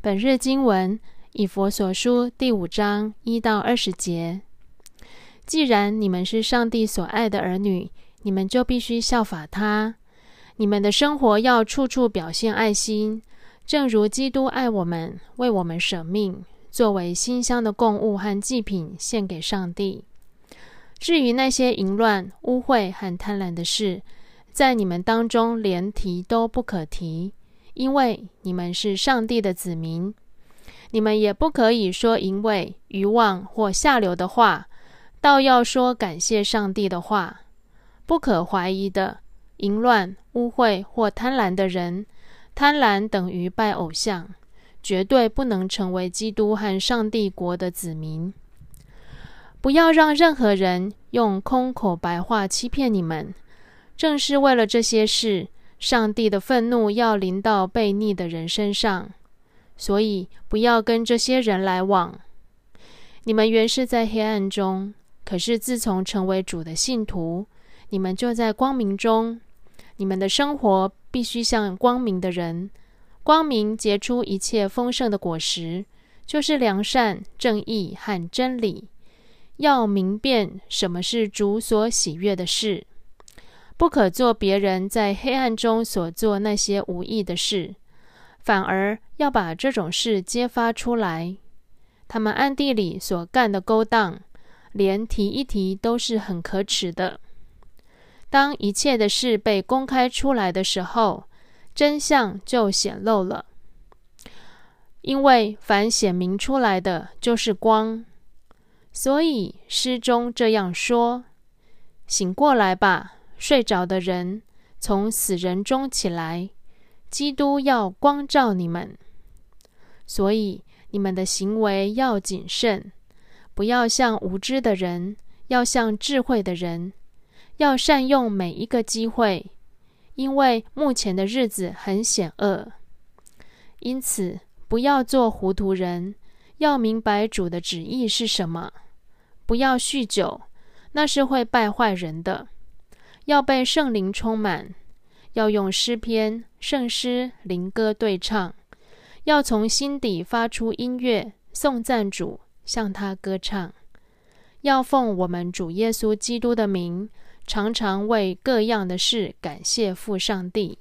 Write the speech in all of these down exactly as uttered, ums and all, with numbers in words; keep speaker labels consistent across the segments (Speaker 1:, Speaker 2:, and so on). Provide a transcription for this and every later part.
Speaker 1: 本日经文以弗所书第五章一到二十节。既然你们是上帝所爱的儿女，你们就必须效法他。你们的生活要处处表现爱心，正如基督爱我们，为我们舍命，作为馨香的供物和祭品献给上帝。至于那些淫乱、污秽和贪婪的事，在你们当中连提都不可提，因为你们是上帝的子民。你们也不可以说淫秽、愚妄或下流的话，倒要说感谢上帝的话。不可怀疑的，淫乱、污秽或贪婪的人，贪婪等于拜偶像，绝对不能成为基督和上帝国的子民。不要让任何人用空口白话欺骗你们，正是为了这些事，上帝的愤怒要临到悖逆的人身上，所以不要跟这些人来往。你们原是在黑暗中，可是自从成为主的信徒，你们就在光明中。你们的生活必须像光明的人，光明结出一切丰盛的果实，就是良善、正义和真理。要明辨什么是主所喜悦的事，不可做别人在黑暗中所做那些无益的事，反而要把这种事揭发出来。他们暗地里所干的勾当，连提一提都是很可耻的。当一切的事被公开出来的时候，真相就显露了。因为凡显明出来的就是光。所以诗中这样说：醒过来吧，睡着的人，从死人中起来，基督要光照你们。所以你们的行为要谨慎，不要像无知的人，要像智慧的人，要善用每一个机会，因为目前的日子很险恶。因此不要做糊涂人，要明白主的旨意是什么。不要酗酒，那是会败坏人的。要被圣灵充满，要用诗篇、圣诗、灵歌对唱，要从心底发出音乐，颂赞主，向他歌唱。要奉我们主耶稣基督的名，常常为各样的事感谢父上帝。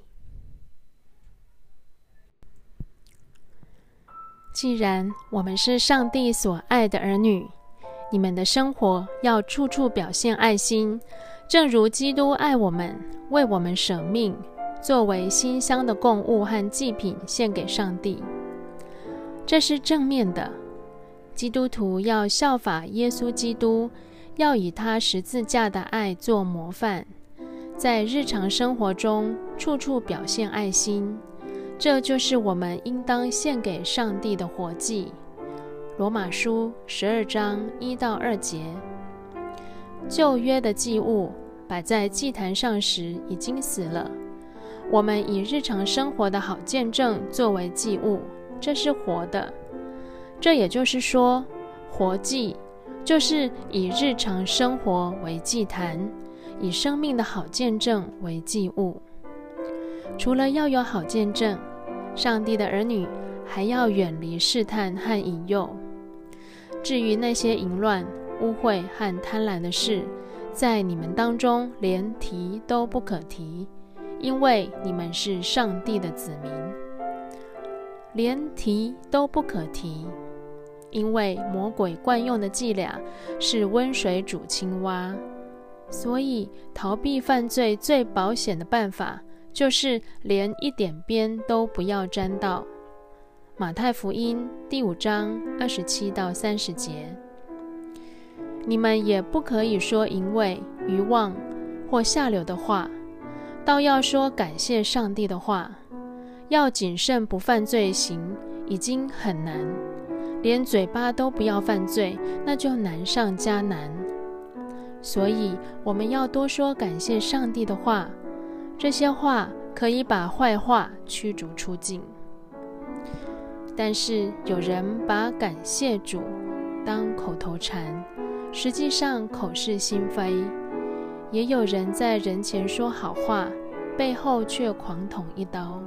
Speaker 1: 既然我们是上帝所爱的儿女，你们的生活要处处表现爱心，正如基督爱我们，为我们舍命，作为馨香的供物和祭品献给上帝。这是正面的。基督徒要效法耶稣基督，要以他十字架的爱做模范，在日常生活中处处表现爱心。这就是我们应当献给上帝的活祭。罗马书十二章一到二节。旧约的祭物摆在祭坛上时已经死了，我们以日常生活的好见证作为祭物，这是活的。这也就是说，活祭就是以日常生活为祭坛，以生命的好见证为祭物。除了要有好见证，上帝的儿女还要远离试探和引诱。至于那些淫乱、污秽和贪婪的事，在你们当中连提都不可提，因为你们是上帝的子民。连提都不可提，因为魔鬼惯用的伎俩是温水煮青蛙，所以逃避犯罪最保险的办法就是连一点边都不要沾到。马太福音第五章二十七到三十节。你们也不可以说淫秽、愚妄或下流的话，倒要说感谢上帝的话。要谨慎不犯罪行，已经很难，连嘴巴都不要犯罪，那就难上加难。所以我们要多说感谢上帝的话，这些话可以把坏话驱逐出境。但是有人把感谢主当口头禅，实际上口是心非；也有人在人前说好话，背后却狂捅一刀。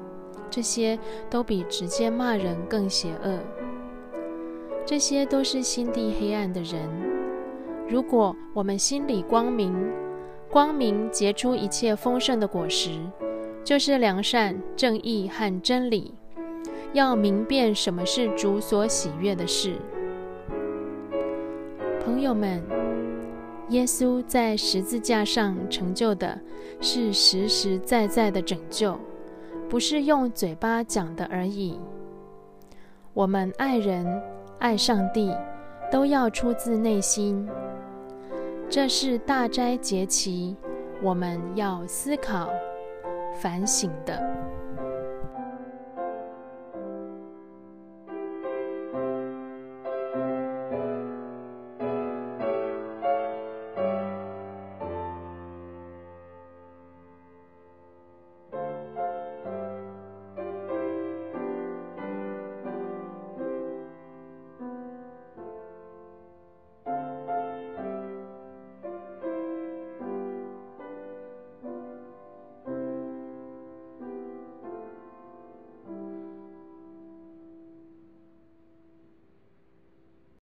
Speaker 1: 这些都比直接骂人更邪恶。这些都是心地黑暗的人。如果我们心里光明，光明结出一切丰盛的果实，就是良善、正义和真理，要明辨什么是主所喜悦的事。朋友们，耶稣在十字架上成就的是实实在在的拯救，不是用嘴巴讲的而已。我们爱人、爱上帝，都要出自内心。这是大斋节期我们要思考、反省的。